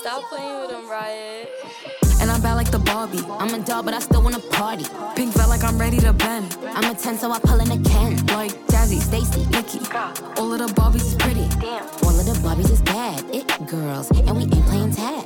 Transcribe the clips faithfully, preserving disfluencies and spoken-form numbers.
Stop playing with him, Riot. And I'm bad like the Barbie. I'm a doll, but I still wanna party. Pink felt like I'm ready to bend. I'm a ten, so I pull in a Ken. Like Jazzy, Stacy, Nikki. All of the Barbies is pretty. Damn. All of the Barbies is bad. It girls, and we ain't playing tag.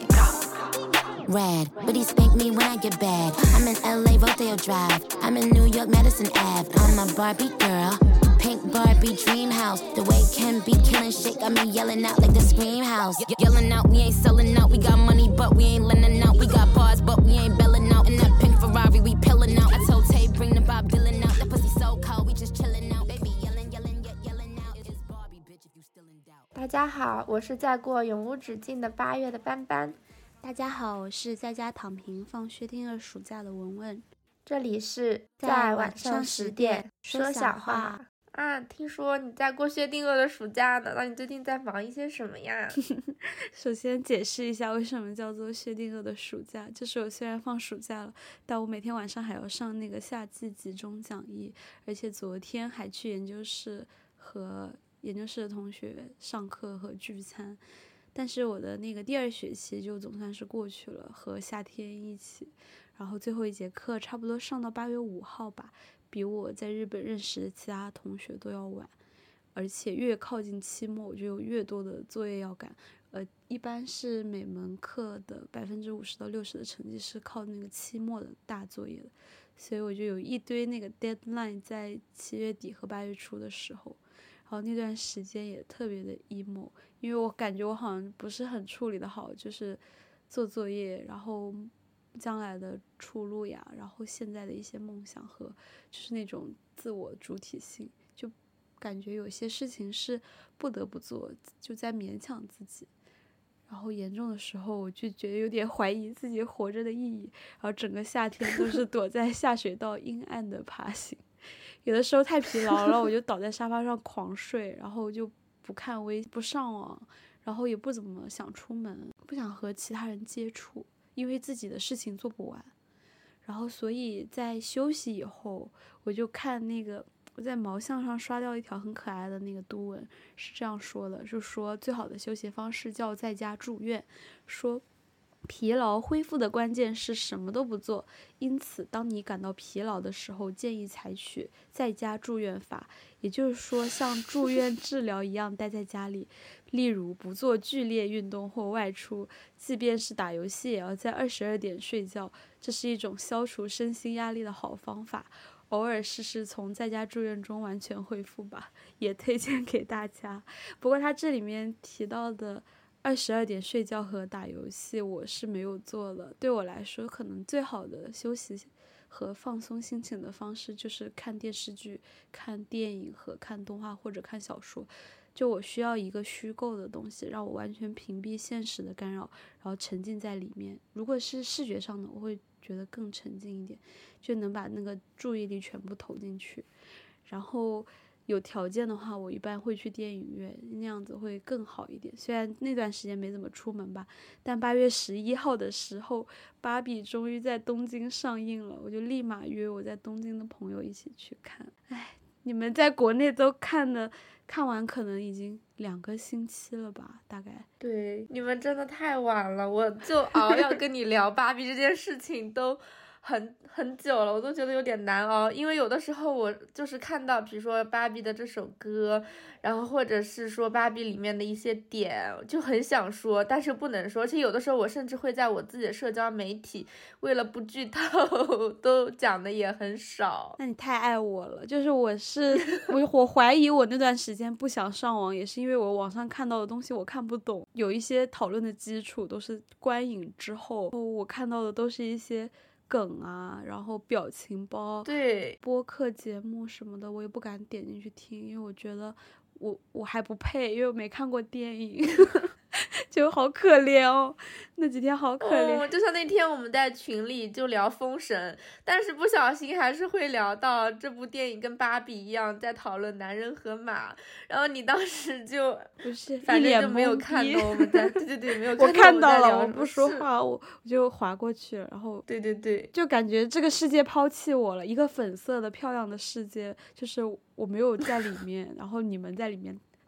Rad, but he spank me when I get bad. I'm in L A, Rodeo Drive. I'm in New York, Madison Ave. I'm a Barbie girl. Pink Barbie dream house. The way Ken be killing shit got me yelling out like the Scream House. Ye- yelling out, we ain't selling out. We got money, but we ain't lending out. We got bars, but we ain't belling out. In that pink Ferrari, we pillin' out. I told Tay, bring the Bob Dylan out. That pussy so cold, we just chillin' out. Baby yelling, yelling, yet yelling out. It's Barbie, bitch, if you still in doubt. 大家好，我是在过永无止境的八月的斑斑。 大家好，我是在家躺平放薛定谔暑假的文文。 这里是在晚上十点说小话啊！听说你在过薛定谔的暑假呢，那你最近在忙一些什么呀？ 首先解释一下为什么叫做薛定谔的暑假，就是我虽然放暑假了，但我每天晚上还要上那个夏季集中讲义，而且昨天还去研究室和研究室的同学上课和聚餐。但是我的那个第二学期就总算是过去了，和夏天一起，然后最后一节课差不多上到八月五号吧，比我在日本认识的其他同学都要晚，而且越靠近期末我就有越多的作业要赶，呃，一般是每门课的百分之五十到六十的成绩是靠那个期末的大作业的，所以我就有一堆那个 deadline 在七月底和八月初的时候。然后那段时间也特别的 emo， 因为我感觉我好像不是很处理的好，就是做作业，然后将来的出路呀，然后现在的一些梦想和就是那种自我主体性，就感觉有些事情是不得不做，就在勉强自己。然后严重的时候我就觉得有点怀疑自己活着的意义，然后整个夏天都是躲在下水道阴暗的爬行。有的时候太疲劳了，我就倒在沙发上狂睡，然后就不看微不上网，然后也不怎么想出门，不想和其他人接触，因为自己的事情做不完。然后所以在休息以后，我就看那个我在毛象上刷掉一条很可爱的那个读文，是这样说的，就说最好的休息方式叫在家住院，说疲劳恢复的关键是什么都不做，因此当你感到疲劳的时候，建议采取在家住院法，也就是说像住院治疗一样待在家里，例如不做剧烈运动或外出，即便是打游戏也要在二十二点睡觉，这是一种消除身心压力的好方法，偶尔试试从在家住院中完全恢复吧，也推荐给大家。不过他这里面提到的二十二点睡觉和打游戏我是没有做的，对我来说可能最好的休息和放松心情的方式就是看电视剧、看电影和看动画或者看小说，就我需要一个虚构的东西让我完全屏蔽现实的干扰，然后沉浸在里面。如果是视觉上的我会觉得更沉浸一点，就能把那个注意力全部投进去。然后有条件的话我一般会去电影院，那样子会更好一点，虽然那段时间没怎么出门吧，但八月十一号的时候芭比终于在东京上映了，我就立马约我在东京的朋友一起去看。哎，你们在国内都看的看完可能已经两个星期了吧大概。 对，你们真的太晚了，我就熬要跟你聊芭比这件事情都很很久了，我都觉得有点难熬，因为有的时候我就是看到比如说芭比的这首歌，然后或者是说芭比里面的一些点就很想说，但是不能说，而且有的时候我甚至会在我自己的社交媒体为了不剧透都讲的也很少。 那你太爱我了，就是我是我我怀疑我那段时间不想上网也是因为我网上看到的东西我看不懂，有一些讨论的基础都是观影之后我看到的都是一些梗啊，然后表情包， 对， 播客节目什么的我也不敢点进去听，因为我觉得我我还不配，因为我没看过电影就好可怜哦，那几天好可怜、 哦、就像那天我们在群里就聊封神，但是不小心还是会聊到这部电影跟芭比一样在讨论男人和马，然后你当时就不是反正就没有看到我们在对对对没有看到我看到了， 我我不说话，我我就划过去了，然后对对对， 就感觉这个世界抛弃我了，一个粉色的漂亮的世界，就是我没有在里面然后你们在里面很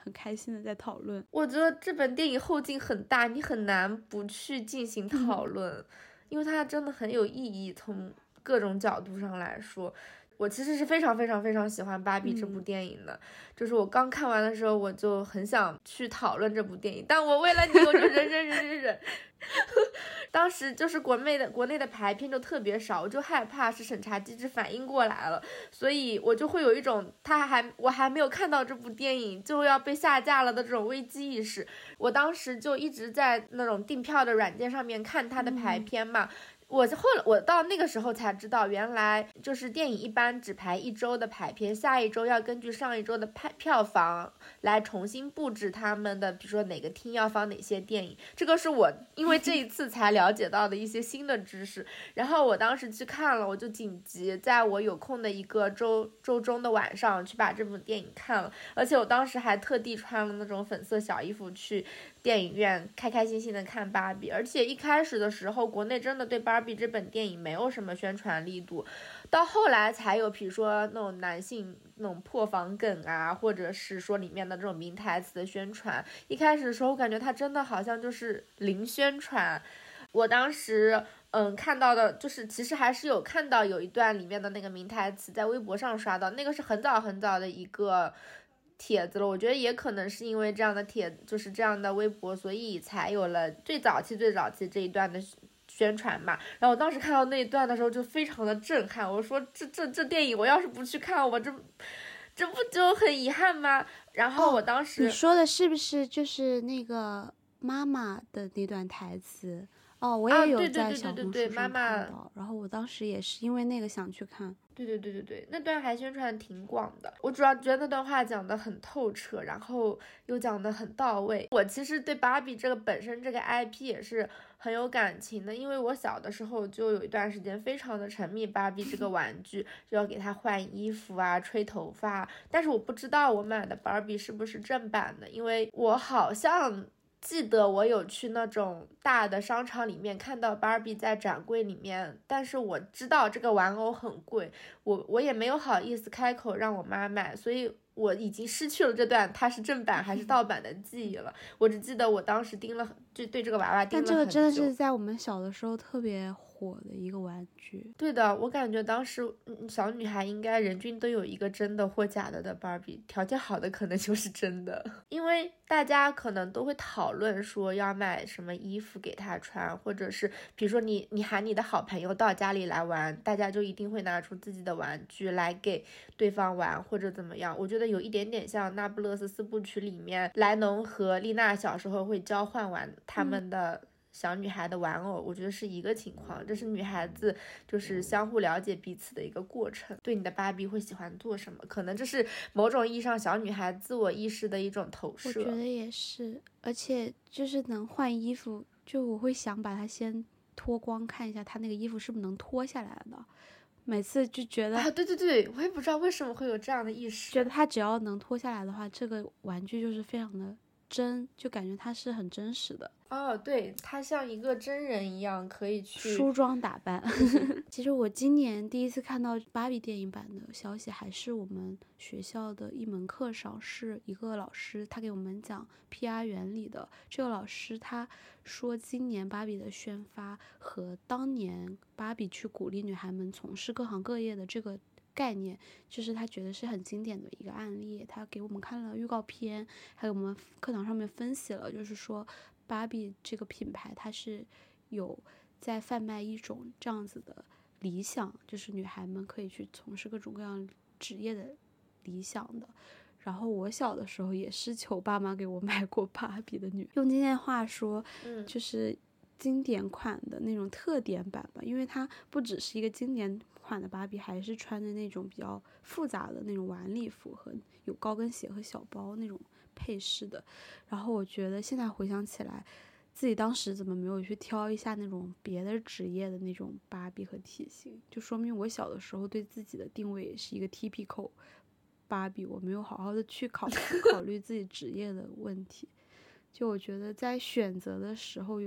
很开心的在讨论。 我觉得这本电影后劲很大，你很难不去进行讨论、嗯、因为它真的很有意义，从各种角度上来说。我其实是非常非常非常喜欢芭比这部电影的、嗯、就是我刚看完的时候我就很想去讨论这部电影，但我为了你我就忍忍忍忍忍当时就是国内的国内的排片就特别少，我就害怕是审查机制反应过来了，所以我就会有一种他还我还没有看到这部电影就要被下架了的这种危机意识。我当时就一直在那种订票的软件上面看他的排片嘛、嗯我后来我到那个时候才知道，原来就是电影一般只排一周的排片，下一周要根据上一周的排票房来重新布置他们的，比如说哪个厅要放哪些电影。这个是我因为这一次才了解到的一些新的知识。然后我当时去看了，我就紧急在我有空的一个周周中的晚上去把这部电影看了，而且我当时还特地穿了那种粉色小衣服去电影院开开心心的看芭比。而且一开始的时候国内真的对芭比这本电影没有什么宣传力度，到后来才有比如说那种男性那种破防梗啊，或者是说里面的这种名台词的宣传。一开始的时候我感觉它真的好像就是零宣传。我当时嗯看到的就是其实还是有看到有一段里面的那个名台词在微博上刷到，那个是很早很早的一个帖子了，我觉得也可能是因为这样的帖就是这样的微博，所以才有了最早期最早期这一段的宣传嘛。然后我当时看到那一段的时候就非常的震撼，我说这这这电影我要是不去看，我这这不就很遗憾吗？然后我当时、 哦、你说的是不是就是那个妈妈的那段台词？哦，我也有在小红书上看到，然后我当时也是因为那个想去看。 对对对对对，那段还宣传挺广的，我主要觉得那段话讲得很透彻，然后又讲得很到位。我其实对芭比这个本身这个 I P 也是很有感情的，因为我小的时候就有一段时间非常的沉迷芭比这个玩具，就要给她换衣服啊，吹头发，但是我不知道我买的芭比是不是正版的，因为我好像记得我有去那种大的商场里面看到芭比在展柜里面，但是我知道这个玩偶很贵，我我也没有好意思开口让我妈买，所以我已经失去了这段它是正版还是盗版的记忆了。我只记得我当时盯了，就对这个娃娃盯了很久。 但这个真的是在我们小的时候特别火的一个玩具。 对的，我感觉当时小女孩应该人均都有一个真的或假的的芭比，条件好的可能就是真的。因为大家可能都会讨论说要买什么衣服给她穿，或者是比如说你你喊你的好朋友到家里来玩，大家就一定会拿出自己的玩具来给对方玩或者怎么样。我觉得有一点点像那不勒斯四部曲里面莱农和丽娜小时候会交换玩他们的小女孩的玩偶，我觉得是一个情况，这是女孩子就是相互了解彼此的一个过程。对你的芭比会喜欢做什么，可能这是某种意义上小女孩自我意识的一种投射。 我觉得也是，而且就是能换衣服，就我会想把它先脱光看一下她那个衣服是不是能脱下来的，每次就觉得啊，对对对，我也不知道为什么会有这样的意识， 觉得它只要能脱下来的话，这个玩具就是非常的真，就感觉它是很真实的。 哦，对，它像一个真人一样可以去梳妆打扮。其实我今年第一次看到芭比电影版的消息，还是我们学校的一门课上，是一个老师他给我们讲 P R 原理的。这个老师他说，今年芭比的宣发和当年芭比去鼓励女孩们从事各行各业的这个概念，就是他觉得是很经典的一个案例。他给我们看了预告片，还有我们课堂上面分析了，就是说芭比这个品牌它是有在贩卖一种这样子的理想，就是女孩们可以去从事各种各样职业的理想的。然后我小的时候也是求爸妈给我买过芭比的女，用今天的话说， 嗯， 就是经典款的那种特点版吧，因为它不只是一个经典款的芭比，还是穿着那种比较复杂的那种晚礼服和有高跟鞋和小包那种配饰的。然后我觉得现在回想起来，自己当时怎么没有去挑一下那种别的职业的那种芭比和体型，就说明我小的时候对自己的定位也是一个 typical 芭比，我没有好好的去考考虑自己职业的问题。就我觉得在选择的时候有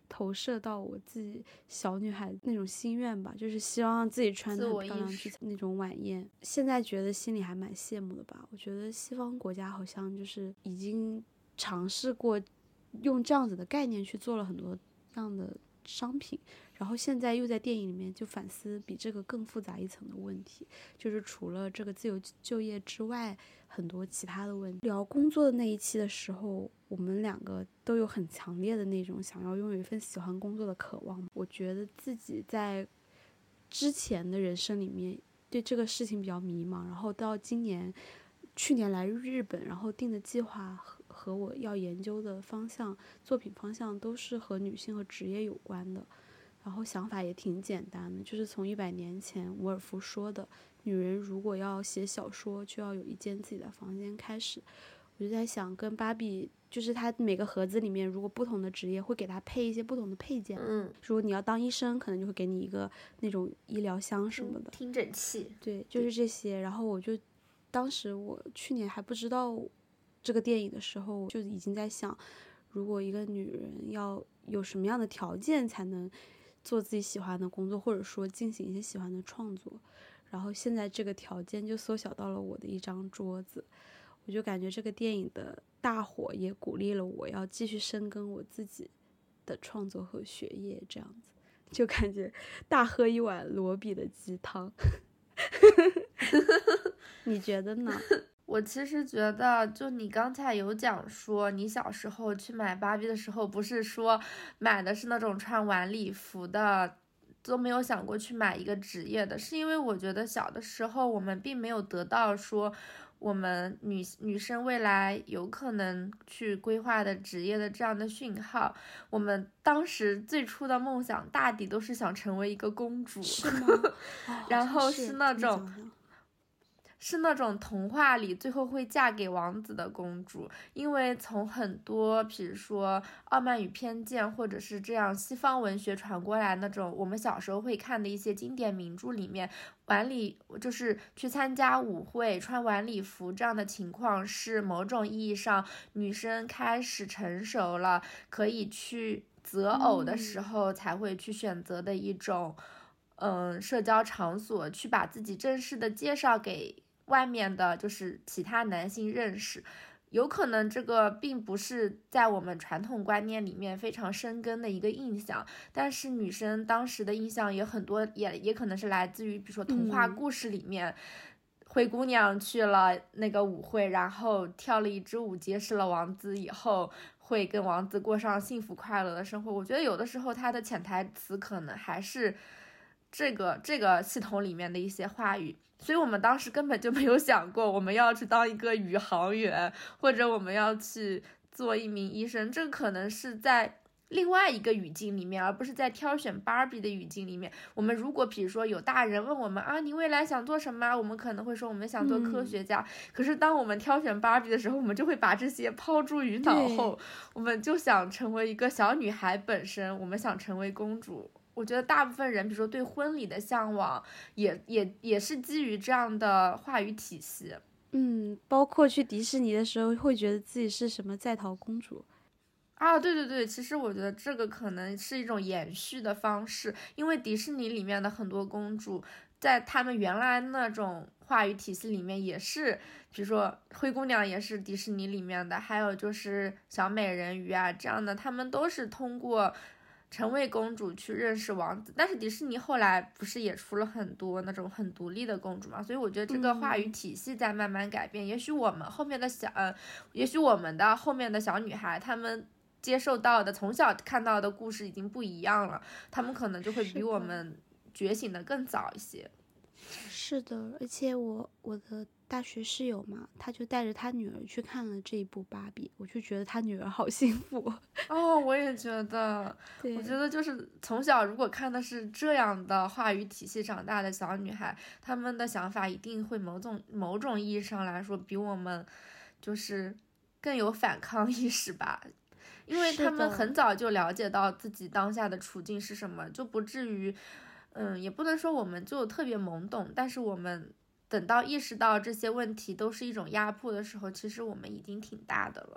投射到我自己小女孩那种心愿吧，就是希望让自己穿得很漂亮去那种晚宴。现在觉得心里还蛮羡慕的吧。我觉得西方国家好像就是已经尝试过用这样子的概念去做了很多这样的商品，然后现在又在电影里面就反思比这个更复杂一层的问题，就是除了这个自由就业之外很多其他的问题。聊工作的那一期的时候，我们两个都有很强烈的那种想要拥有一份喜欢工作的渴望。我觉得自己在之前的人生里面对这个事情比较迷茫，然后到今年去年来日本，然后定的计划和和我要研究的方向作品方向都是和女性和职业有关的，然后想法也挺简单的，就是从一百年前伍尔夫说的女人如果要写小说就要有一间自己的房间开始。我就在想跟芭比就是她每个盒子里面如果不同的职业会给她配一些不同的配件， 嗯， 如果你要当医生可能就会给你一个那种医疗箱什么的、 嗯、听诊器， 对，就是这些。然后我就当时我去年还不知道这个电影的时候就已经在想，如果一个女人要有什么样的条件才能做自己喜欢的工作，或者说进行一些喜欢的创作，然后现在这个条件就缩小到了我的一张桌子。我就感觉这个电影的大火也鼓励了我要继续深耕我自己的创作和学业，这样子就感觉大喝一碗罗比的鸡汤你觉得呢？ 我其实觉得就你刚才有讲说你小时候去买芭比的时候不是说买的是那种穿晚礼服的，都没有想过去买一个职业的，是因为我觉得小的时候我们并没有得到说我们女女生未来有可能去规划的职业的这样的讯号。我们当时最初的梦想大抵都是想成为一个公主， 是吗？哦、 然后是是那种是那种童话里最后会嫁给王子的公主。因为从很多比如说《傲慢与偏见》或者是这样西方文学传过来那种我们小时候会看的一些经典名著里面，晚礼就是去参加舞会穿晚礼服这样的情况是某种意义上女生开始成熟了可以去择偶的时候才会去选择的一种嗯社交场所，去把自己正式的介绍给外面的就是其他男性认识。有可能这个并不是在我们传统观念里面非常深根的一个印象，但是女生当时的印象也很多，也也可能是来自于比如说童话故事里面、嗯、灰姑娘去了那个舞会，然后跳了一支舞结识了王子以后会跟王子过上幸福快乐的生活。我觉得有的时候它的潜台词可能还是这个这个系统里面的一些话语，所以我们当时根本就没有想过我们要去当一个宇航员，或者我们要去做一名医生。这可能是在另外一个语境里面，而不是在挑选芭比的语境里面。我们如果比如说有大人问我们啊，你未来想做什么，我们可能会说我们想做科学家、嗯、可是当我们挑选芭比的时候，我们就会把这些抛诸于脑后，我们就想成为一个小女孩本身，我们想成为公主。我觉得大部分人比如说对婚礼的向往也也也是基于这样的话语体系。 嗯，包括去迪士尼的时候会觉得自己是什么在逃公主啊，对对对，其实我觉得这个可能是一种延续的方式，因为迪士尼里面的很多公主在他们原来那种话语体系里面也是，比如说灰姑娘也是迪士尼里面的，还有就是小美人鱼啊这样的，他们都是通过成为公主去认识王子。但是迪士尼后来不是也出了很多那种很独立的公主嘛，所以我觉得这个话语体系在慢慢改变、嗯、也许我们后面的小呃，也许我们的后面的小女孩她们接受到的从小看到的故事已经不一样了，她们可能就会比我们觉醒的更早一些。 是的，而且我我的大学室友嘛，他就带着他女儿去看了这一部芭比，我就觉得他女儿好幸福哦，我也觉得我觉得就是从小如果看的是这样的话语体系长大的小女孩，她们的想法一定会某种某种意义上来说比我们就是更有反抗意识吧，因为他们很早就了解到自己当下的处境是什么，就不至于嗯，也不能说我们就特别懵懂，但是我们等到意识到这些问题都是一种压迫的时候，其实我们已经挺大的了。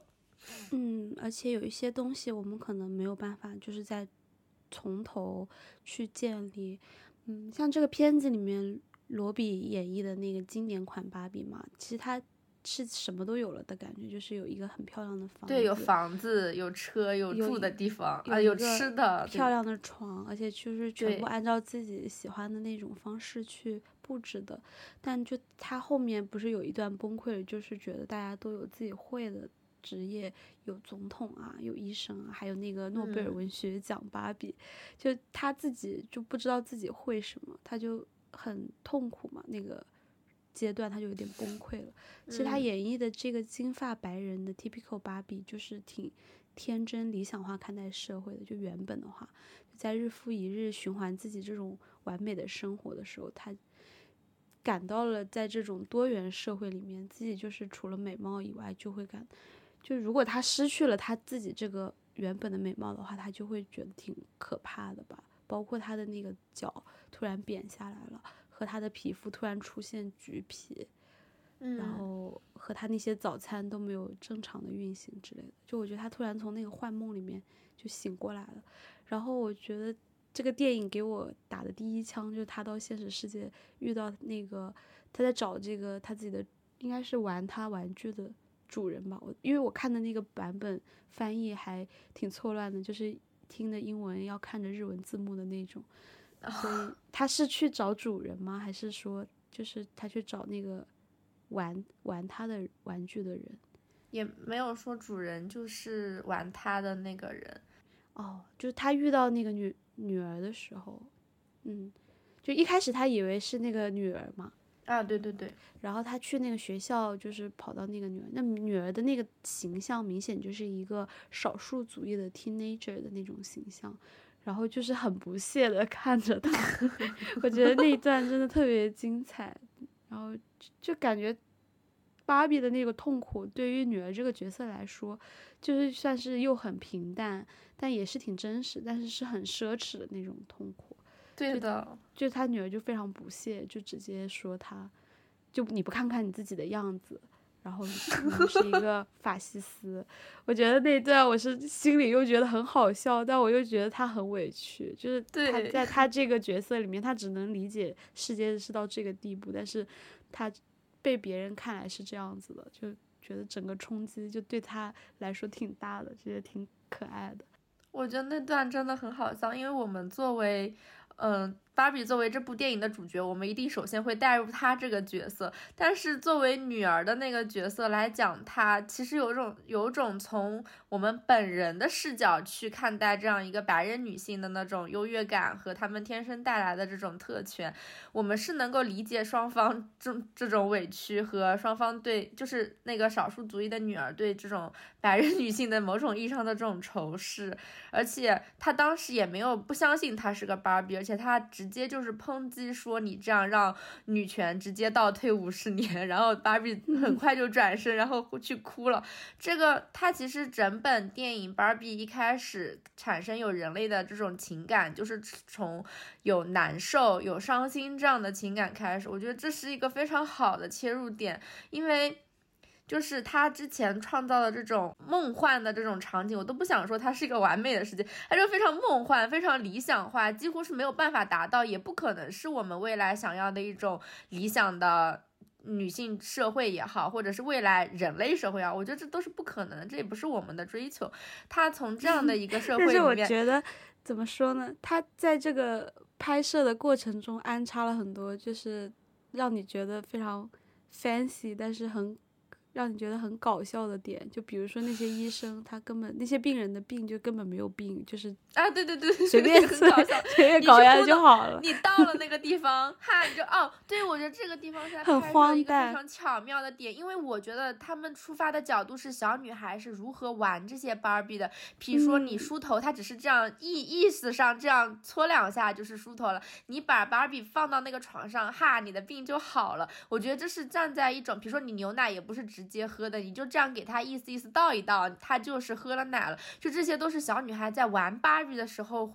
嗯，而且有一些东西我们可能没有办法，就是在从头去建立。嗯，像这个片子里面罗比演绎的那个经典款芭比嘛，其实它是什么都有了的感觉，就是有一个很漂亮的房子， 对，有房子，有车，有住的地方啊，有有吃的， 漂亮的床，而且就是全部对按照自己喜欢的那种方式去布置的。但就他后面不是有一段崩溃了，就是觉得大家都有自己会的职业，有总统啊，有医生啊，还有那个诺贝尔嗯文学奖芭比，就他自己就不知道自己会什么，他就很痛苦嘛，那个阶段他就有点崩溃了。其实他嗯演绎的这个金发白人的 typical 芭比就是挺天真理想化看待社会的。就原本的话，在日复一日循环自己这种完美的生活的时候，他感到了在这种多元社会里面，自己就是除了美貌以外，就会感，就如果他失去了他自己这个原本的美貌的话，他就会觉得挺可怕的吧。包括他的那个脚突然扁下来了，和他的皮肤突然出现橘皮，然嗯， 后和他那些早餐都没有正常的运行之类的。就我觉得他突然从那个幻梦里面就醒过来了。然后我觉得这个电影给我打的第一枪就是他到现实世界遇到那个他在找这个他自己的应该是玩他玩具的主人吧。我因为我看的那个版本翻译还挺错乱的，就是听的英文要看着日文字幕的那种。所以他是去找主人吗？还是说就是他去找那个玩玩他的玩具的人？ 也没有说主人就是玩他的那个人。 哦，就是他遇到那个女女儿的时候，嗯，就一开始他以为是那个女儿嘛， 啊，对对对， 然后他去那个学校，就是跑到那个女儿，那女儿的那个形象明显就是一个少数族裔的 teenager 的那种形象，然后就是很不屑的看着他，我觉得那一段真的特别精彩，然后就就感觉芭比的那个痛苦对于女儿这个角色来说，就是算是又很平淡，但也是挺真实，但是是很奢侈的那种痛苦。 对的， 就他女儿就非常不屑，就直接说他，就你不看看你自己的样子，然后你是一个法西斯。我觉得那段我是心里又觉得很好笑，但我又觉得他很委屈，就是他对在他这个角色里面，他只能理解世界是到这个地步，但是他被别人看来是这样子的，就觉得整个冲击就对他来说挺大的，觉得挺可爱的。 我觉得那段真的很好笑，因为我们作为，嗯、芭比作为这部电影的主角，我们一定首先会带入她这个角色。但是作为女儿的那个角色来讲，她其实有种有种从我们本人的视角去看待这样一个白人女性的那种优越感和她们天生带来的这种特权，我们是能够理解双方这这种委屈和双方对就是那个少数族裔的女儿对这种白人女性的某种意义上的这种仇视。而且他当时也没有不相信他是个芭比，而且他直接就是抨击说你这样让女权直接倒退五十年，然后芭比很快就转身然后去哭了。这个他其实整本电影芭比一开始产生有人类的这种情感，就是从有难受有伤心这样的情感开始，我觉得这是一个非常好的切入点。因为就是他之前创造的这种梦幻的这种场景，我都不想说它是一个完美的世界，它就非常梦幻非常理想化，几乎是没有办法达到，也不可能是我们未来想要的一种理想的女性社会也好，或者是未来人类社会也好，我觉得这都是不可能的，这也不是我们的追求。他从这样的一个社会里面， 但是我觉得怎么说呢，他在这个拍摄的过程中安插了很多就是让你觉得非常 fancy 但是很让你觉得很搞笑的点，就比如说那些医生，他根本那些病人的病就根本没有病，就是啊，对对对， 随便很搞笑， 随便搞下就好了。 你到了那个地方，哈，你就哦，对，我觉得这个地方是很荒一个诞非常巧妙的点，因为我觉得他们出发的角度是小女孩是如何玩这些芭比的，比如说你梳头，她只是这样意意识上这样搓两下就是梳头了，你把芭比放到那个床上，哈，你的病就好了。我觉得这是站在一种，比如说你牛奶也不是直接喝的，你就这样给她意思意思倒一倒，她就是喝了奶了。就这些都是小女孩在玩芭比的时候会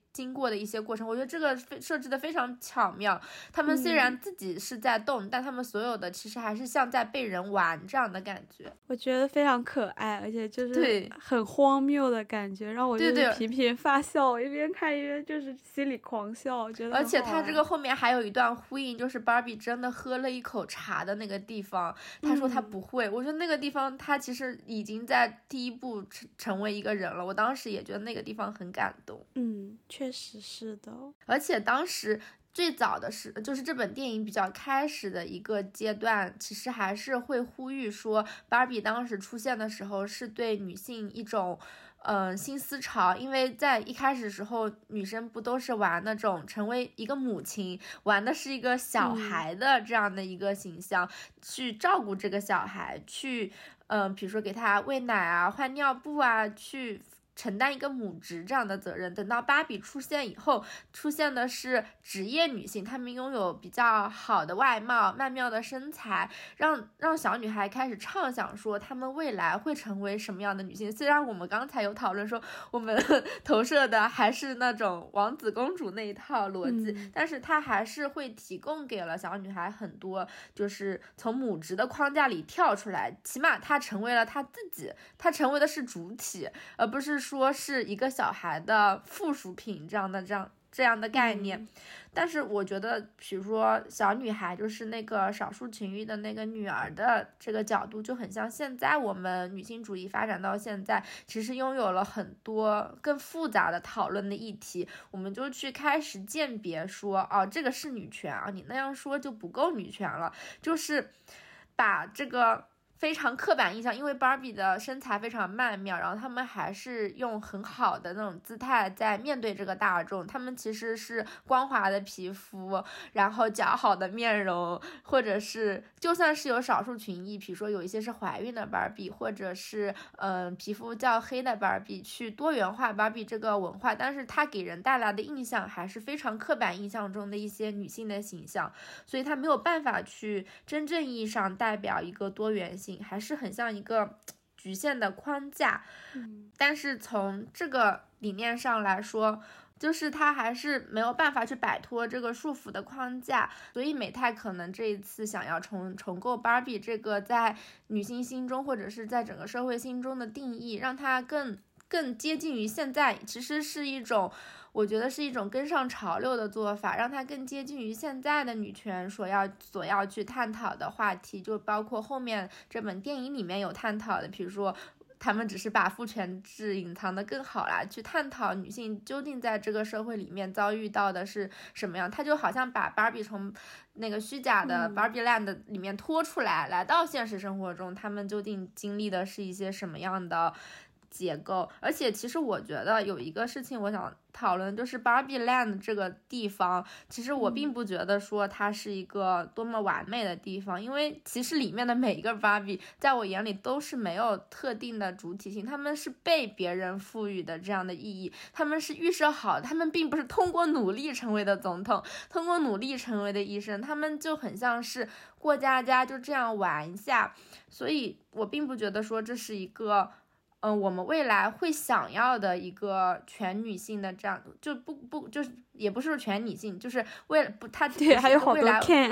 经过的一些过程，我觉得这个设置的非常巧妙。他们虽然自己是在动、嗯、但他们所有的其实还是像在被人玩这样的感觉， 我觉得非常可爱，而且就是很荒谬的感觉，让我就是频频发笑，对对，一边看一边就是心里狂笑，我觉得。 而且他这个后面还有一段呼应，就是 Barbie 真的喝了一口茶的那个地方，他说他不会、嗯、我说那个地方他其实已经在第一步成为一个人了，我当时也觉得那个地方很感动。 嗯，确实是的。 而且当时最早的是就是这本电影比较开始的一个阶段，其实还是会呼吁说 Barbie 当时出现的时候是对女性一种嗯、呃，新思潮，因为在一开始的时候女生不都是玩那种成为一个母亲，玩的是一个小孩的这样的一个形象、嗯、去照顾这个小孩，去嗯、呃，比如说给他喂奶啊，换尿布啊，去承担一个母职这样的责任。等到芭比出现以后，出现的是职业女性，她们拥有比较好的外貌，曼妙的身材，让让小女孩开始畅想说她们未来会成为什么样的女性。虽然我们刚才有讨论说我们投射的还是那种王子公主那一套逻辑、嗯、但是她还是会提供给了小女孩很多就是从母职的框架里跳出来，起码她成为了她自己，她成为的是主体，而不是说是一个小孩的附属品这样的这样这样的概念、嗯、但是我觉得比如说小女孩就是那个少数群裔的那个女儿的这个角度就很像现在我们女性主义发展到现在其实拥有了很多更复杂的讨论的议题，我们就去开始鉴别说哦，这个是女权啊，你那样说就不够女权了，就是把这个非常刻板印象，因为 Barbie 的身材非常曼妙，然后他们还是用很好的那种姿态在面对这个大众，他们其实是光滑的皮肤，然后姣好的面容，或者是就算是有少数群裔，比如说有一些是怀孕的 Barbie， 或者是嗯、呃、皮肤较黑的 Barbie， 去多元化 Barbie 这个文化，但是它给人带来的印象还是非常刻板印象中的一些女性的形象，所以它没有办法去真正意义上代表一个多元性，还是很像一个局限的框架、嗯、但是从这个理念上来说，就是他还是没有办法去摆脱这个束缚的框架，所以美泰可能这一次想要重重构 Barbie 这个在女性心中或者是在整个社会心中的定义，让它更更接近于现在，其实是一种我觉得是一种跟上潮流的做法，让它更接近于现在的女权所要所要去探讨的话题，就包括后面这本电影里面有探讨的，比如说他们只是把父权制隐藏的更好啦，去探讨女性究竟在这个社会里面遭遇到的是什么样，他就好像把 Barbie 从那个虚假的 Barbie Land 里面拖出来、嗯、来到现实生活中，他们究竟经历的是一些什么样的结构。而且其实我觉得有一个事情我想讨论，就是 Barbie Land 这个地方，其实我并不觉得说它是一个多么完美的地方、嗯、因为其实里面的每一个 Barbie 在我眼里都是没有特定的主体性，他们是被别人赋予的这样的意义，他们是预设好的，他们并不是通过努力成为的总统，通过努力成为的医生，他们就很像是过家家就这样玩一下，所以我并不觉得说这是一个嗯、呃，我们未来会想要的一个全女性的这样，就不不就是也不是全女性，就是为了不，它对还有好多 can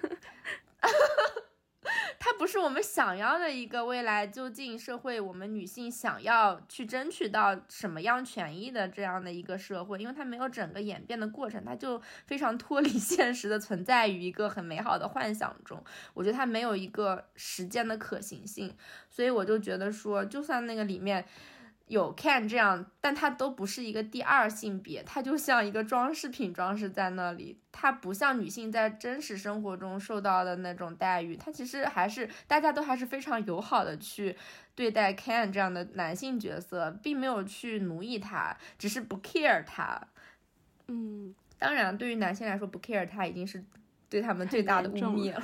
它不是我们想要的一个未来，究竟社会我们女性想要去争取到什么样权益的这样的一个社会，因为它没有整个演变的过程，它就非常脱离现实的存在于一个很美好的幻想中，我觉得它没有一个实践的可行性，所以我就觉得说就算那个里面有 Ken 这样，但它都不是一个第二性别，它就像一个装饰品装饰在那里，它不像女性在真实生活中受到的那种待遇，它其实还是大家都还是非常友好的去对待 Ken 这样的男性角色，并没有去奴役他，只是不 care 他。 嗯， 当然对于男性来说不 care 他已经是对他们最大的污蔑了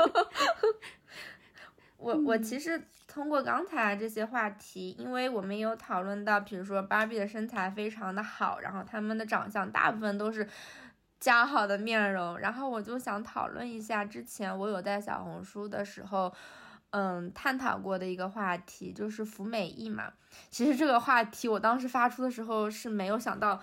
我我其实通过刚才这些话题，因为我们有讨论到比如说芭比的身材非常的好，然后他们的长相大部分都是姣好的面容，然后我就想讨论一下之前我有在小红书的时候嗯，探讨过的一个话题，就是服美役嘛。其实这个话题我当时发出的时候是没有想到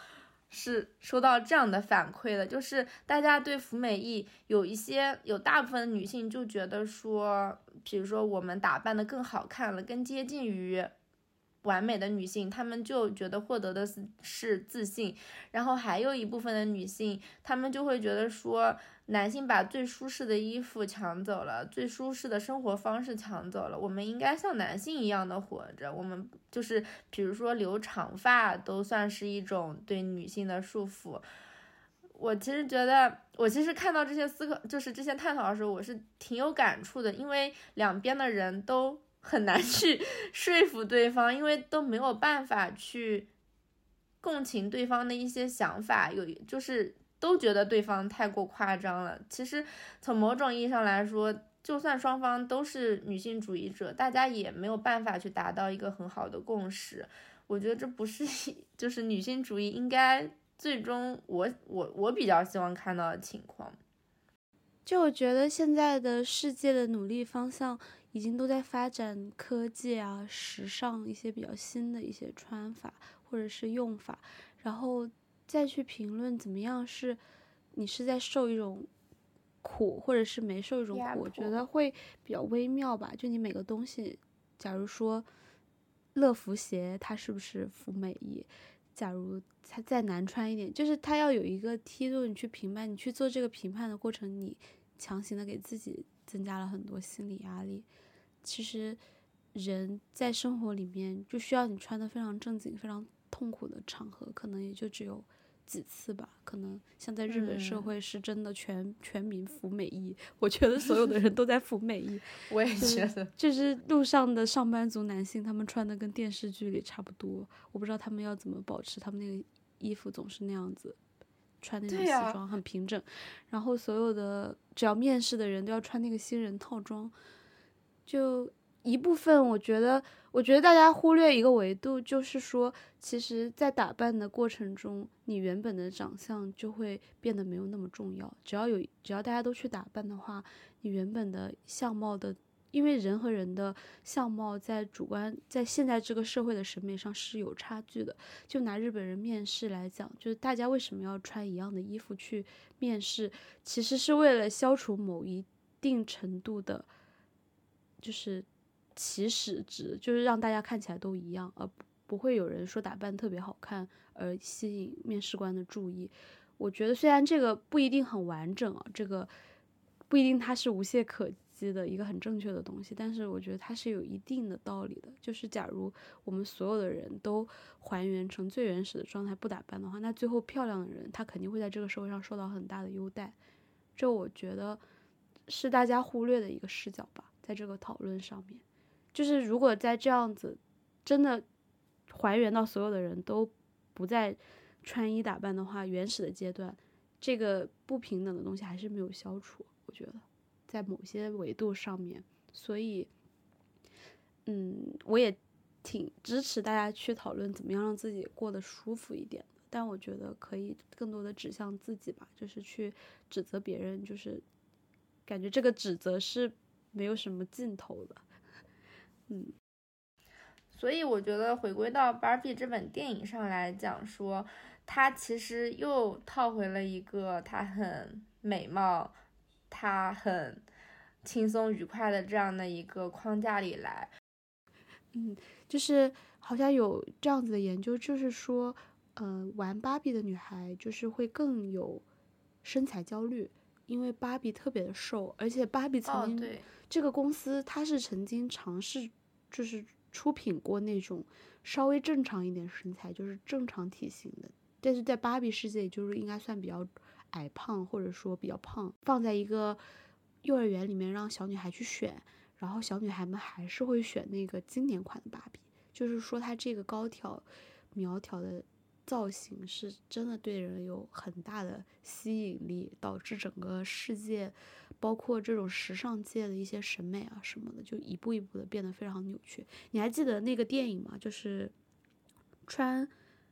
是收到这样的反馈的，就是大家对服美役有一些有大部分的女性就觉得说，比如说我们打扮的更好看了，更接近于完美的女性，她们就觉得获得的是自信。然后还有一部分的女性，她们就会觉得说，男性把最舒适的衣服抢走了，最舒适的生活方式抢走了，我们应该像男性一样的活着。我们就是比如说留长发都算是一种对女性的束缚。我其实觉得，我其实看到这些思考，就是这些探讨的时候，我是挺有感触的，因为两边的人都很难去说服对方，因为都没有办法去共情对方的一些想法，有就是都觉得对方太过夸张了。其实从某种意义上来说，就算双方都是女性主义者，大家也没有办法去达到一个很好的共识。我觉得这不是就是女性主义应该最终我我我比较希望看到的情况。 就我觉得现在的世界的努力方向已经都在发展科技啊、时尚一些比较新的一些穿法或者是用法，然后再去评论怎么样是你是在受一种苦或者是没受一种苦，我觉得会比较微妙吧。就你每个东西，假如说乐福鞋它是不是服美役，假如它再难穿一点，就是它要有一个梯度你去评判，你去做这个评判的过程，你强行的给自己增加了很多心理压力。其实人在生活里面就需要你穿的非常正经非常痛苦的场合可能也就只有几次吧，可能像在日本社会是真的全、嗯、全民服美役，我觉得所有的人都在服美役我也觉得就是路上的上班族男性他们穿的跟电视剧里差不多，我不知道他们要怎么保持他们那个衣服总是那样子穿那种西装很平整、啊、然后所有的只要面试的人都要穿那个新人套装。就一部分我觉得我觉得大家忽略一个维度，就是说其实在打扮的过程中你原本的长相就会变得没有那么重要，只要有只要大家都去打扮的话，你原本的相貌的，因为人和人的相貌在主观在现在这个社会的审美上是有差距的。就拿日本人面试来讲，就是大家为什么要穿一样的衣服去面试，其实是为了消除某一定程度的就是起始值，就是让大家看起来都一样，而不会有人说打扮特别好看而吸引面试官的注意。我觉得虽然这个不一定很完整啊，这个不一定它是无懈可击的一个很正确的东西，但是我觉得它是有一定的道理的。就是假如我们所有的人都还原成最原始的状态不打扮的话，那最后漂亮的人他肯定会在这个社会上受到很大的优待，这我觉得是大家忽略的一个视角吧。在这个讨论上面，就是如果在这样子真的还原到所有的人都不再穿衣打扮的话，原始的阶段这个不平等的东西还是没有消除，我觉得在某些维度上面。所以嗯，我也挺支持大家去讨论怎么样让自己过得舒服一点的，但我觉得可以更多的指向自己吧，就是去指责别人，就是感觉这个指责是没有什么尽头的。嗯， 所以我觉得回归到 Barbie 这本电影上来讲说，它其实又套回了一个它很美貌它很轻松愉快的这样的一个框架里来。 嗯，就是好像有这样子的研究，就是说呃，玩芭比的女孩就是会更有身材焦虑，因为芭比特别的瘦，而且芭比曾经、哦、对这个公司它是曾经尝试就是出品过那种稍微正常一点身材，就是正常体型的，但是在芭比世界就是应该算比较矮胖或者说比较胖，放在一个幼儿园里面让小女孩去选，然后小女孩们还是会选那个经典款的芭比，就是说她这个高挑苗条的造型是真的对人有很大的吸引力，导致整个世界包括这种时尚界的一些审美啊什么的就一步一步的变得非常扭曲。你还记得那个电影吗？就是穿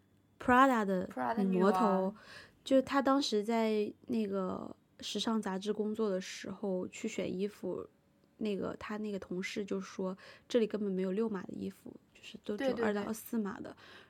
Prada 的女魔头，就她当时在那个时尚杂志工作的时候去选衣服，那个她那个同事就说这里根本没有六码的衣服，就是都只有二到四码的。对对对，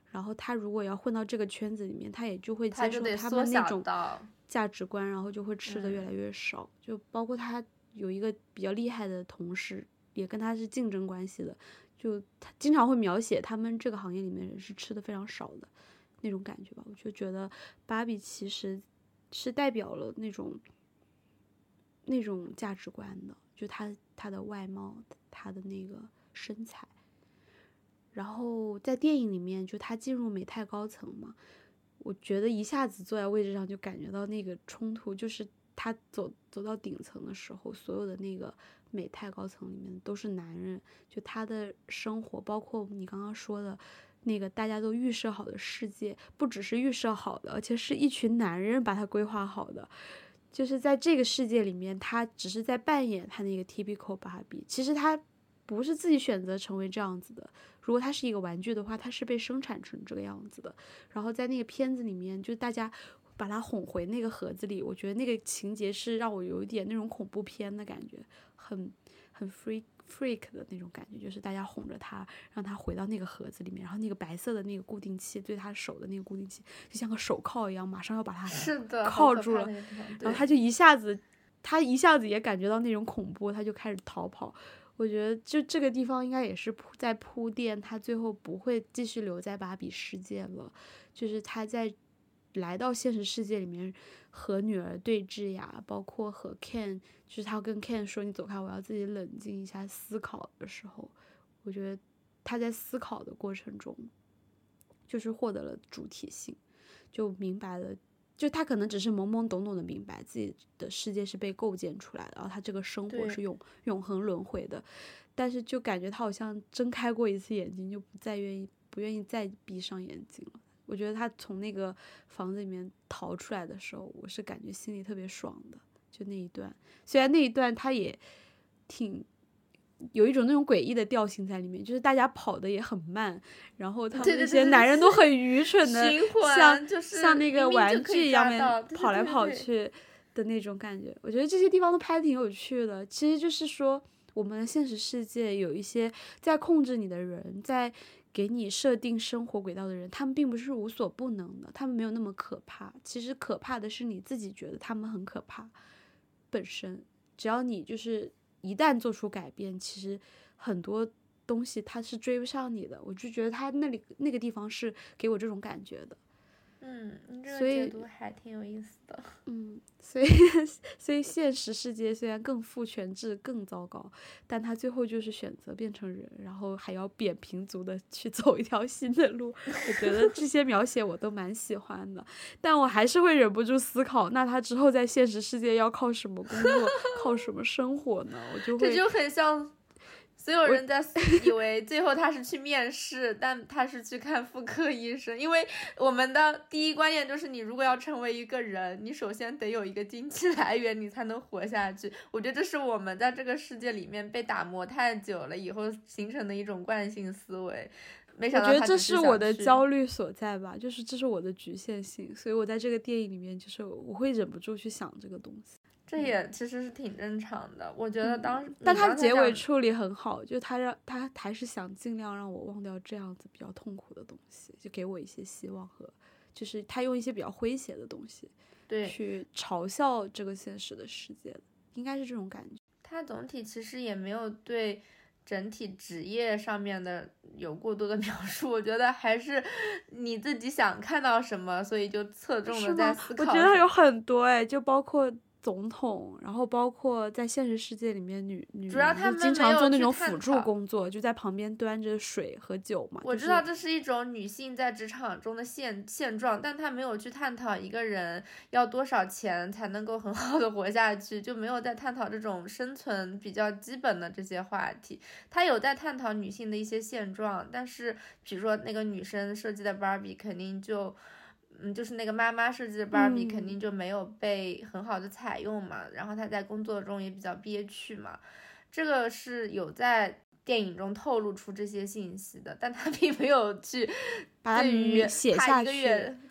然后他如果要混到这个圈子里面，他也就会他就得接受他缩小们那种到价值观，然后就会吃的越来越少。嗯、就包括他有一个比较厉害的同事，也跟他是竞争关系的，就他经常会描写他们这个行业里面人是吃的非常少的那种感觉吧。我就觉得芭比其实是代表了那种那种价值观的，就他他的外貌，他的那个身材。然后在电影里面，就他进入美泰高层嘛，我觉得一下子坐在位置上就感觉到那个冲突，就是他走走到顶层的时候，所有的那个美泰高层里面都是男人，就他的生活，包括你刚刚说的那个大家都预设好的世界，不只是预设好的，而且是一群男人把他规划好的。就是在这个世界里面，他只是在扮演他那个 typical 芭比，其实他不是自己选择成为这样子的。如果他是一个玩具的话，他是被生产成这个样子的。然后在那个片子里面，就大家把他哄回那个盒子里，我觉得那个情节是让我有一点那种恐怖片的感觉，很很 freak freak 的那种感觉，就是大家哄着他，让他回到那个盒子里面，然后那个白色的那个固定器对他手的那个固定器就像个手铐一样，马上要把他铐住了，然后他就一下子他一下子也感觉到那种恐怖，他就开始逃跑。我觉得就这个地方应该也是在铺垫他最后不会继续留在芭比世界了，就是他在来到现实世界里面和女儿对峙呀，包括和 Ken， 就是他跟 Ken 说你走开，我要自己冷静一下思考的时候，我觉得他在思考的过程中就是获得了主体性，就明白了，就他可能只是懵懵懂懂的明白自己的世界是被构建出来的，然后他这个生活是永永恒轮回的，但是就感觉他好像睁开过一次眼睛就不再愿意不愿意再闭上眼睛了。我觉得他从那个房子里面逃出来的时候，我是感觉心里特别爽的，就那一段，虽然那一段他也挺有一种那种诡异的调性在里面，就是大家跑的也很慢，然后他们那些男人都很愚蠢的像就是像那个玩具一样跑来跑去的那种感觉。我觉得这些地方都拍得挺有趣的，其实就是说我们的现实世界有一些在控制你的人，在给你设定生活轨道的人，他们并不是无所不能的，他们没有那么可怕，其实可怕的是你自己觉得他们很可怕本身。只要你就是一旦做出改变，其实很多东西它是追不上你的。我就觉得他那里那个地方是给我这种感觉的。 嗯，你这个解读还挺有意思的。 嗯，所以所以现实世界虽然更父权制更糟糕，但他最后就是选择变成人，然后还要扁平足的去走一条新的路。我觉得这些描写我都蛮喜欢的，但我还是会忍不住思考，那他之后在现实世界要靠什么工作靠什么生活呢？我就会这就很像所有人在以为最后他是去面试，但他是去看妇科医生。因为我们的第一观念就是你如果要成为一个人，你首先得有一个经济来源，你才能活下去。我觉得这是我们在这个世界里面被打磨太久了以后形成的一种惯性思维。没想到他我觉得这是我的焦虑所在吧，就是这是我的局限性，所以我在这个电影里面就是我会忍不住去想这个东西。 这也其实是挺正常的，我觉得当时、嗯、 但他结尾处理很好，就他让他还是想尽量让我忘掉这样子比较痛苦的东西，就给我一些希望和就是他用一些比较诙谐的东西对去嘲笑这个现实的世界，应该是这种感觉。 他总体其实也没有对整体职业上面的有过多的描述，我觉得还是你自己想看到什么，所以就侧重的在思考。 我觉得有很多哎，就包括总统，然后包括在现实世界里面女女主要他们经常做那种辅助工作，就在旁边端着水和酒嘛。 我知道这是一种女性在职场中的现现状，但他没有去探讨一个人要多少钱才能够很好的活下去，就没有在探讨这种生存比较基本的这些话题。他有在探讨女性的一些现状，但是比如说那个女生设计的芭比肯定就嗯，就是那个妈妈设计的芭比肯定就没有被很好的采用嘛、嗯、然后她在工作中也比较憋屈嘛，这个是有在电影中透露出这些信息的，但他并没有去对于写下去。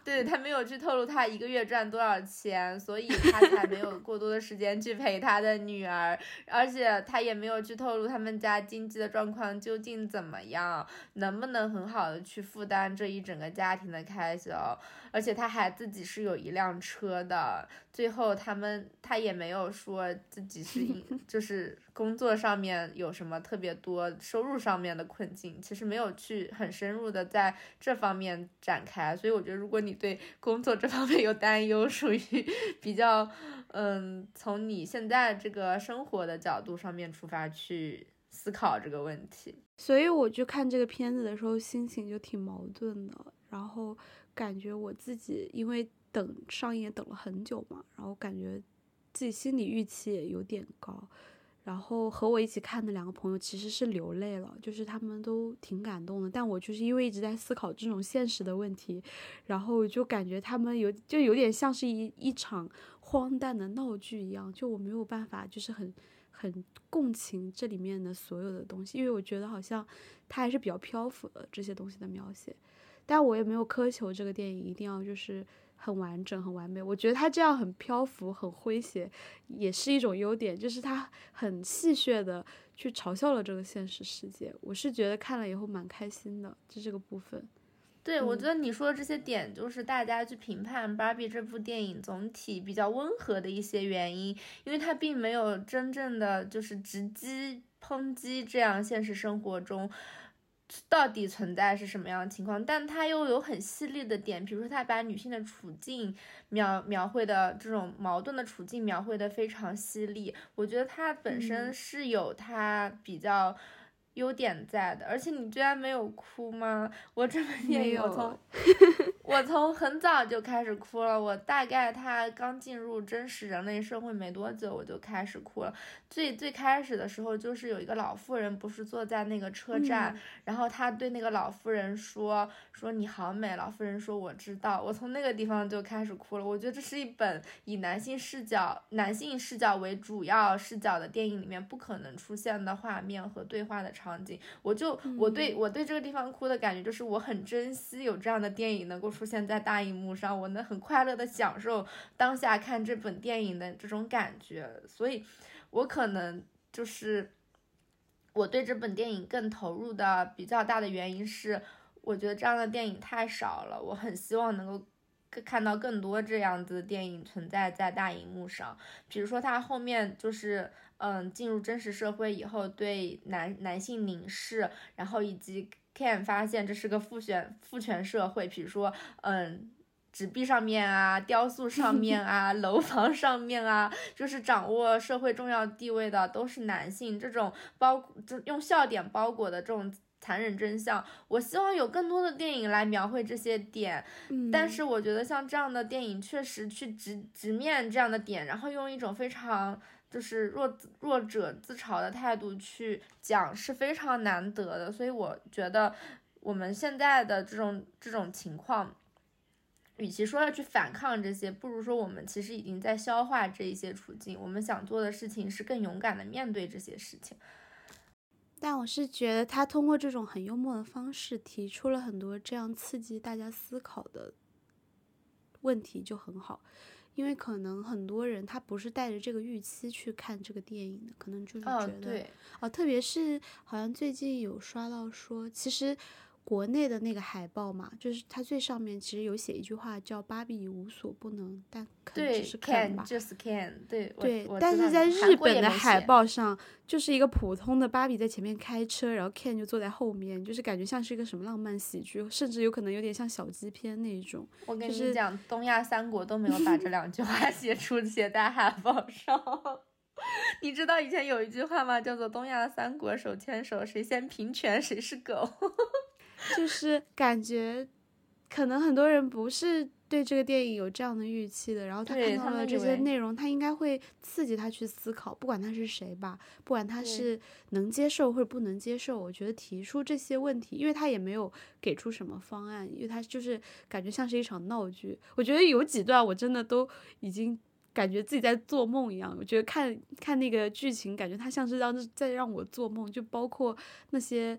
对，他没有去透露他一个月赚多少钱，所以他才没有过多的时间去陪他的女儿，而且他也没有去透露他们家经济的状况究竟怎么样，能不能很好的去负担这一整个家庭的开销，而且他还自己是有一辆车的，最后他们他也没有说自己是就是工作上面有什么特别多收入上面的困境，其实没有去很深入的在这方面展开，所以我觉得如果你对工作这方面有担忧，属于比较嗯从你现在这个生活的角度上面出发去思考这个问题。 所以我就看这个片子的时候心情就挺矛盾的，然后感觉我自己因为等上映等了很久嘛，然后感觉自己心理预期也有点高，然后和我一起看的两个朋友其实是流泪了，就是他们都挺感动的，但我就是因为一直在思考这种现实的问题，然后就感觉他们有就有点像是一一场荒诞的闹剧一样，就我没有办法就是很很共情这里面的所有的东西，因为我觉得好像它还是比较漂浮的这些东西的描写，但我也没有苛求这个电影一定要就是很完整很完美，我觉得它这样很漂浮很诙谐也是一种优点，就是它很戏谑的去嘲笑了这个现实世界，我是觉得看了以后蛮开心的，就这个部分。 对，我觉得你说的这些点就是大家去评判芭比这部电影总体比较温和的一些原因，因为它并没有真正的就是直击抨击这样现实生活中到底存在是什么样的情况，但它又有很犀利的点，比如说它把女性的处境描描绘的这种矛盾的处境描绘的非常犀利，我觉得它本身是有它比较优点在的，而且你居然没有哭吗？我这部电影我从我从很早就开始哭了，我大概他刚进入真实人类社会没多久我就开始哭了。最最开始的时候就是有一个老妇人不是坐在那个车站、嗯、然后他对那个老妇人说说你好美，老妇人说我知道，我从那个地方就开始哭了。我觉得这是一本以男性视角男性视角为主要视角的电影里面不可能出现的画面和对话的场景，我就我对我对这个地方哭的感觉就是我很珍惜有这样的电影能够出现在大荧幕上，我能很快乐的享受当下看这本电影的这种感觉，所以我可能就是我对这本电影更投入的比较大的原因是我觉得这样的电影太少了，我很希望能够看到更多这样子的电影存在在大荧幕上，比如说它后面就是嗯进入真实社会以后对男男性凝视，然后以及 Ken 发现这是个父权父权社会，比如说嗯纸币上面啊雕塑上面啊楼房上面啊就是掌握社会重要地位的都是男性，这种包用笑点包裹的这种残忍真相，我希望有更多的电影来描绘这些点、嗯、但是我觉得像这样的电影确实去直直面这样的点，然后用一种非常就是弱弱者自嘲的态度去讲是非常难得的，所以我觉得我们现在的这种这种情况与其说要去反抗这些，不如说我们其实已经在消化这一些处境，我们想做的事情是更勇敢的面对这些事情。 但我是觉得他通过这种很幽默的方式提出了很多这样刺激大家思考的问题就很好，因为可能很多人他不是带着这个预期去看这个电影的，可能就是觉得、哦对哦、特别是好像最近有刷到说其实国内的那个海报嘛，就是它最上面其实有写一句话叫芭比无所不能，但肯只是看吧， 对 can just can 对对，但是在日本的海报上就是一个普通的芭比在前面开车，然后 Ken 就坐在后面，就是感觉像是一个什么浪漫喜剧，甚至有可能有点像小鸡片那种。 我跟你讲、就是、东亚三国都没有把这两句话写出写在海报上你知道以前有一句话吗？叫做东亚三国手牵手，谁先平权谁是狗就是感觉可能很多人不是对这个电影有这样的预期的，然后他看到了这些内容，他应该会刺激他去思考，不管他是谁吧，不管他是能接受或者不能接受，我觉得提出这些问题，因为他也没有给出什么方案，因为他就是感觉像是一场闹剧，我觉得有几段我真的都已经感觉自己在做梦一样，我觉得看看那个剧情感觉他像是让在让我做梦，就包括那些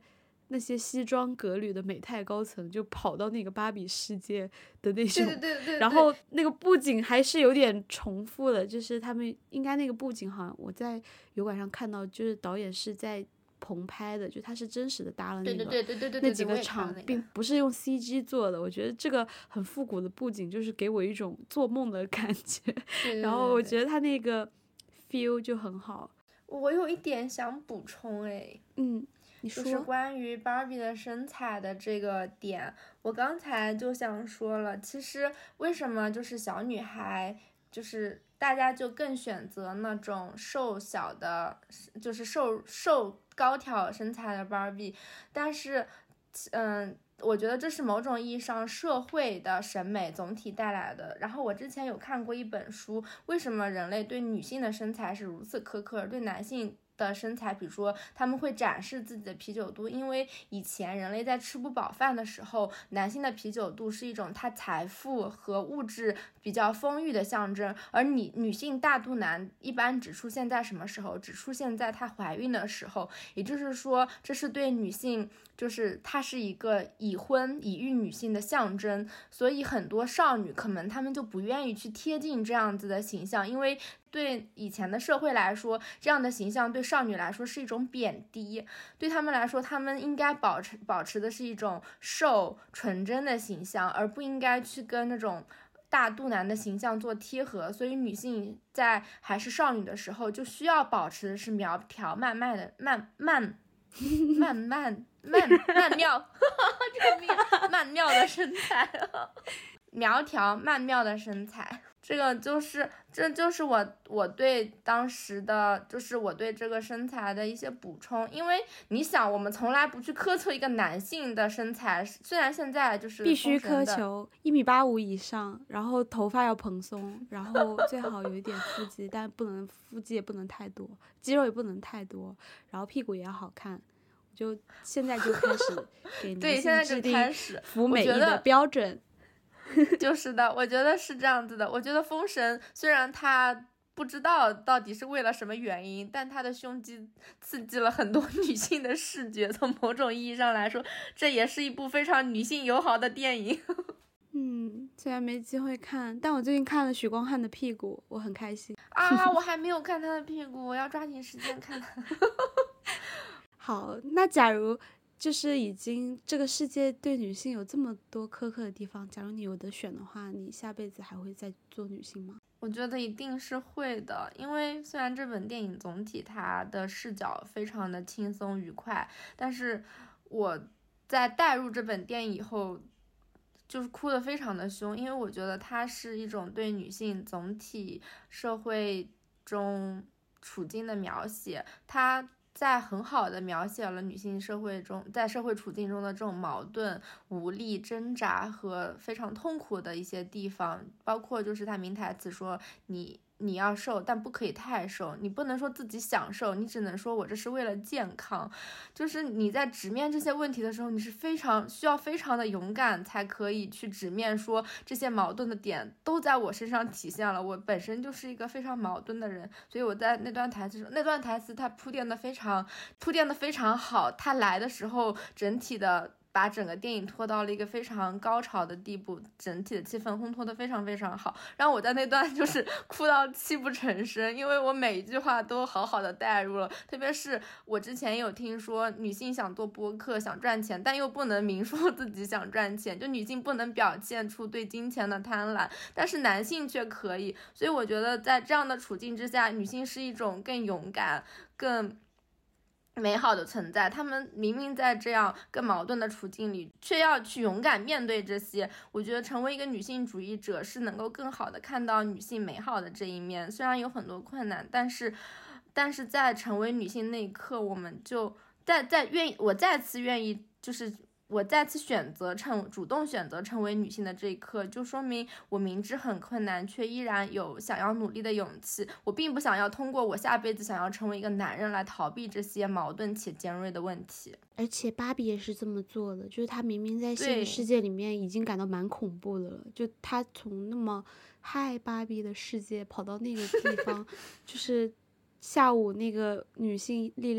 那些西装革履的美泰高层就跑到那个芭比世界的那种， 对对对对， 然后那个布景还是有点重复的，就是他们应该那个布景好像我在油管上看到，就是导演是在棚拍的，就他是真实的搭了那个对对对对对对那几个场， 那个、 并不是用 C G 做的。我觉得这个很复古的布景，就是给我一种做梦的感觉。 对对对对然后我觉得他那个 feel 就很好。 我有一点想补充，哎， 嗯，你说， 就是关于芭比的身材的这个点，我刚才就想说了，其实为什么就是小女孩，就是大家就更选择那种瘦小的，就是瘦瘦高挑身材的芭比，但是，嗯。我觉得这是某种意义上社会的审美总体带来的。然后我之前有看过一本书，为什么人类对女性的身材是如此苛刻，对男性的身材，比如说他们会展示自己的啤酒肚，因为以前人类在吃不饱饭的时候，男性的啤酒肚是一种他财富和物质比较丰裕的象征，而女女性大肚腩一般只出现在什么时候？只出现在她怀孕的时候，也就是说，这是对女性，就是她是一个已婚已育女性的象征，所以很多少女可能她们就不愿意去贴近这样子的形象，因为对以前的社会来说，这样的形象对少女来说是一种贬低，对他们来说，他们应该保持保持的是一种瘦纯真的形象，而不应该去跟那种大肚腩的形象做贴合。所以女性在还是少女的时候，就需要保持的是苗条慢慢的慢慢慢慢慢慢妙这个慢妙的身材苗条曼妙的身材，这个就是这就是我我对当时的就是我对这个身材的一些补充。因为你想，我们从来不去苛求一个男性的身材，虽然现在就是必须苛求一米八五以上，然后头发要蓬松，然后最好有一点腹肌，但不能腹肌也不能太多，肌肉也不能太多，然后屁股也要好看。就现在就开始给男性制定服美役的标准。 就是的，我觉得是这样子的。我觉得封神虽然他不知道到底是为了什么原因，但他的胸肌刺激了很多女性的视觉，从某种意义上来说，这也是一部非常女性友好的电影。 嗯，虽然没机会看，但我最近看了许光汉的屁股，我很开心啊！我还没有看他的屁股，我要抓紧时间看。 好，那假如就是已经这个世界对女性有这么多苛刻的地方，假如你有得选的话，你下辈子还会再做女性吗？ 我觉得一定是会的，因为虽然这本电影总体它的视角非常的轻松愉快，但是我在带入这本电影以后就是哭得非常的凶，因为我觉得它是一种对女性总体社会中处境的描写，它在很好的描写了女性社会中在社会处境中的这种矛盾、无力、挣扎和非常痛苦的一些地方，包括就是他名台词说你你要瘦，但不可以太瘦，你不能说自己想瘦，你只能说我这是为了健康。就是你在直面这些问题的时候，你是非常需要非常的勇敢才可以去直面，说这些矛盾的点都在我身上体现了，我本身就是一个非常矛盾的人。所以我在那段台词那段台词它铺垫的非常铺垫的非常好，它来的时候整体的把整个电影拖到了一个非常高潮的地步，整体的气氛烘托得非常非常好，让我在那段就是哭到泣不成声，因为我每一句话都好好的带入了。特别是我之前有听说女性想做播客想赚钱，但又不能明说自己想赚钱，就女性不能表现出对金钱的贪婪，但是男性却可以。所以我觉得在这样的处境之下，女性是一种更勇敢更美好的存在，他们明明在这样更矛盾的处境里，却要去勇敢面对这些。我觉得成为一个女性主义者是能够更好的看到女性美好的这一面，虽然有很多困难，但是但是在成为女性那一刻，我们就在在愿意我再次愿意就是我再次选择成主动选择成为女性的这一刻，就说明我明知很困难却依然有想要努力的勇气。我并不想要通过我下辈子想要成为一个男人来逃避这些矛盾且尖锐的问题。 而且芭比也是这么做的，就是她明明在现实世界里面已经感到蛮恐怖的了，就她从那么嗨芭比的世界跑到那个地方就是下午那个女性力量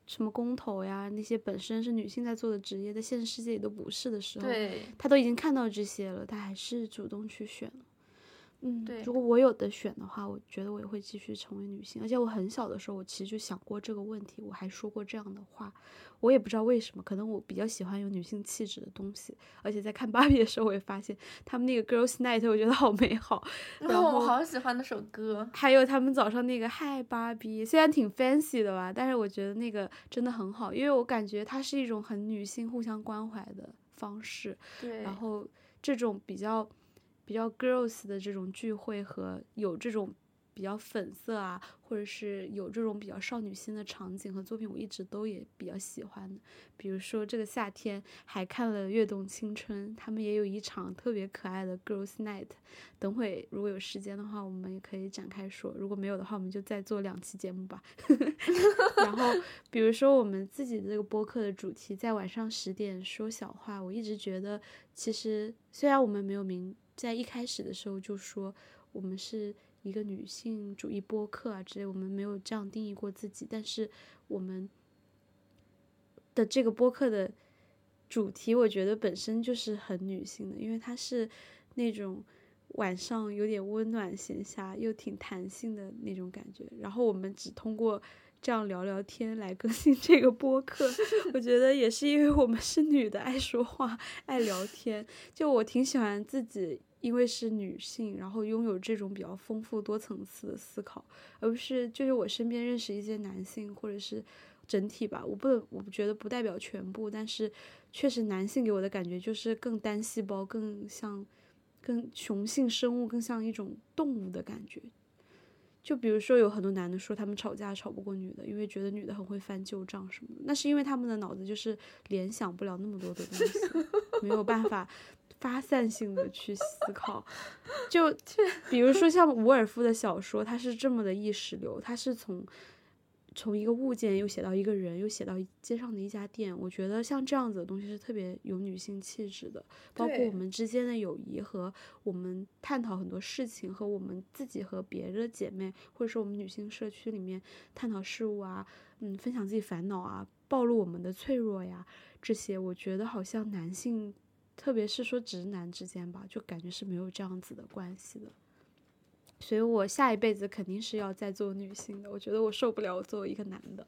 什么公投呀，那些本身是女性在做的职业，在现实世界里都不是的时候， 对， 他都已经看到这些了，他还是主动去选了。嗯， 对， 如果我有的选的话，我觉得我也会继续成为女性。而且我很小的时候，我其实就想过这个问题，我还说过这样的话。我也不知道为什么，可能我比较喜欢有女性气质的东西。而且在看芭比的时候，我也发现他们那个 Girls Night 我觉得好美好。然后我好喜欢那首歌。 还有他们早上那个嗨芭比，虽然挺 fancy 的吧，但是我觉得那个真的很好，因为我感觉它是一种很女性互相关怀的方式。 对， 然后这种比较比较 girls 的这种聚会和有这种比较粉色啊，或者是有这种比较少女心的场景和作品，我一直都也比较喜欢的。比如说这个夏天还看了《跃动青春》，他们也有一场特别可爱的 Girls Night。等会如果有时间的话，我们也可以展开说；如果没有的话，我们就再做两期节目吧。然后比如说我们自己的这个播客的主题在晚上十点说小话，我一直觉得其实虽然我们没有明在一开始的时候就说我们是一个女性主义播客啊之类，我们没有这样定义过自己，但是我们的这个播客的主题我觉得本身就是很女性的，因为它是那种晚上有点温暖闲暇又挺弹性的那种感觉，然后我们只通过这样聊聊天来更新这个播客。我觉得也是因为我们是女的，爱说话爱聊天，就我挺喜欢自己因为是女性然后拥有这种比较丰富多层次的思考，而不是就是我身边认识一些男性或者是整体吧，我不我觉得不代表全部，但是确实男性给我的感觉就是更单细胞，更像更雄性生物，更像一种动物的感觉。就比如说有很多男的说他们吵架吵不过女的，因为觉得女的很会翻旧账什么的，那是因为他们的脑子就是联想不了那么多的东西，没有办法发散性的去思考。就比如说像伍尔夫的小说，它是这么的意识流，它是从从一个物件又写到一个人，又写到街上的一家店，我觉得像这样子的东西是特别有女性气质的，包括我们之间的友谊和我们探讨很多事情，和我们自己和别的姐妹或者是我们女性社区里面探讨事物啊，嗯，分享自己烦恼啊，暴露我们的脆弱呀，这些我觉得好像男性特别是说直男之间吧，就感觉是没有这样子的关系的。所以我下一辈子肯定是要再做女性的，我觉得我受不了作为一个男的。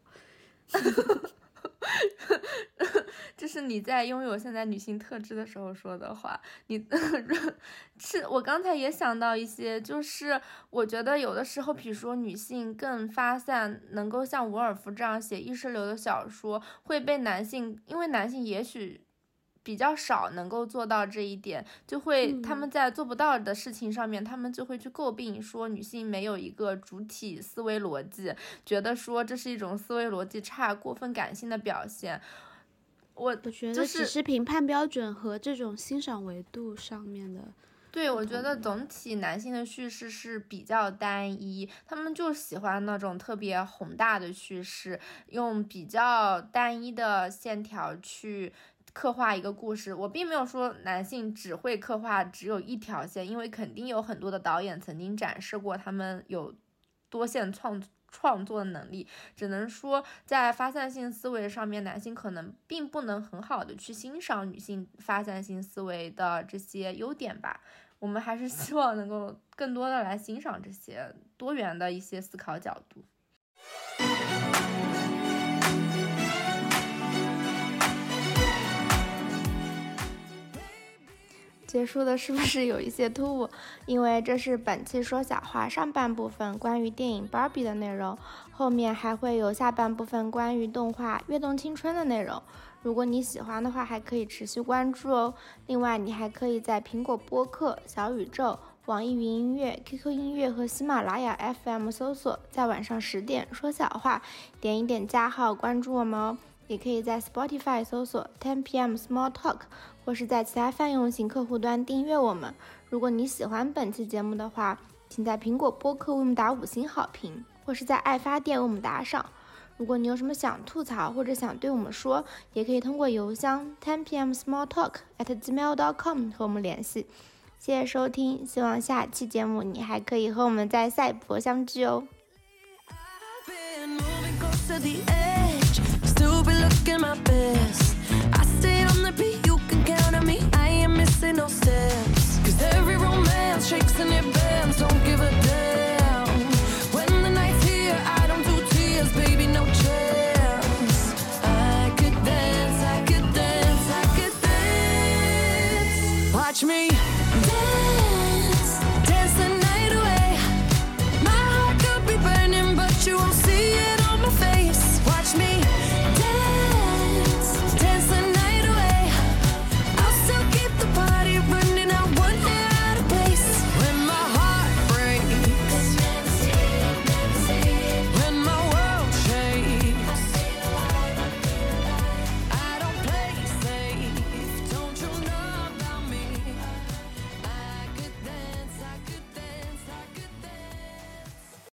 这是你在拥有现在女性特质的时候说的话。你是我刚才也想到一些，就是我觉得有的时候比如说女性更发散，能够像伍尔夫这样写意识流的小说会被男性，因为男性也许比较少能够做到这一点，就会、嗯、他们在做不到的事情上面他们就会去诟病说女性没有一个主体思维逻辑，觉得说这是一种思维逻辑差过分感性的表现。我我觉得只是评判标准和这种欣赏维度上面的。 对，我觉得总体男性的叙事是比较单一，他们就喜欢那种特别宏大的叙事，用比较单一的线条去刻画一个故事。我并没有说男性只会刻画只有一条线，因为肯定有很多的导演曾经展示过他们有多线创创作的能力，只能说在发散性思维上面，男性可能并不能很好的去欣赏女性发散性思维的这些优点吧。我们还是希望能够更多的来欣赏这些多元的一些思考角度。 结束的是不是有一些突兀？因为这是本期说小话上半部分关于电影 Barbie 的内容，后面还会有下半部分关于动画跃动青春的内容。如果你喜欢的话，还可以持续关注哦。另外，你还可以在苹果播客、小宇宙、网易云音乐、Q Q 音乐和喜马拉雅 F M 搜索，在晚上十点说小话，点一点加号关注我们哦。也可以在 Spotify 搜索 ten P M Small Talk， 或是在其他泛用型客户端订阅我们。如果你喜欢本期节目的话，请在苹果播客为我们打五星好评，或是在爱发电为我们打赏。如果你有什么想吐槽或者想对我们说，也可以通过邮箱 ten P M Small Talk at gmail dot com 和我们联系。谢谢收听，希望下期节目你还可以和我们在赛博相聚哦。 will be looking my best. I stay on the beat, you can count on me. I ain't missing no steps. Cause every romance shakes and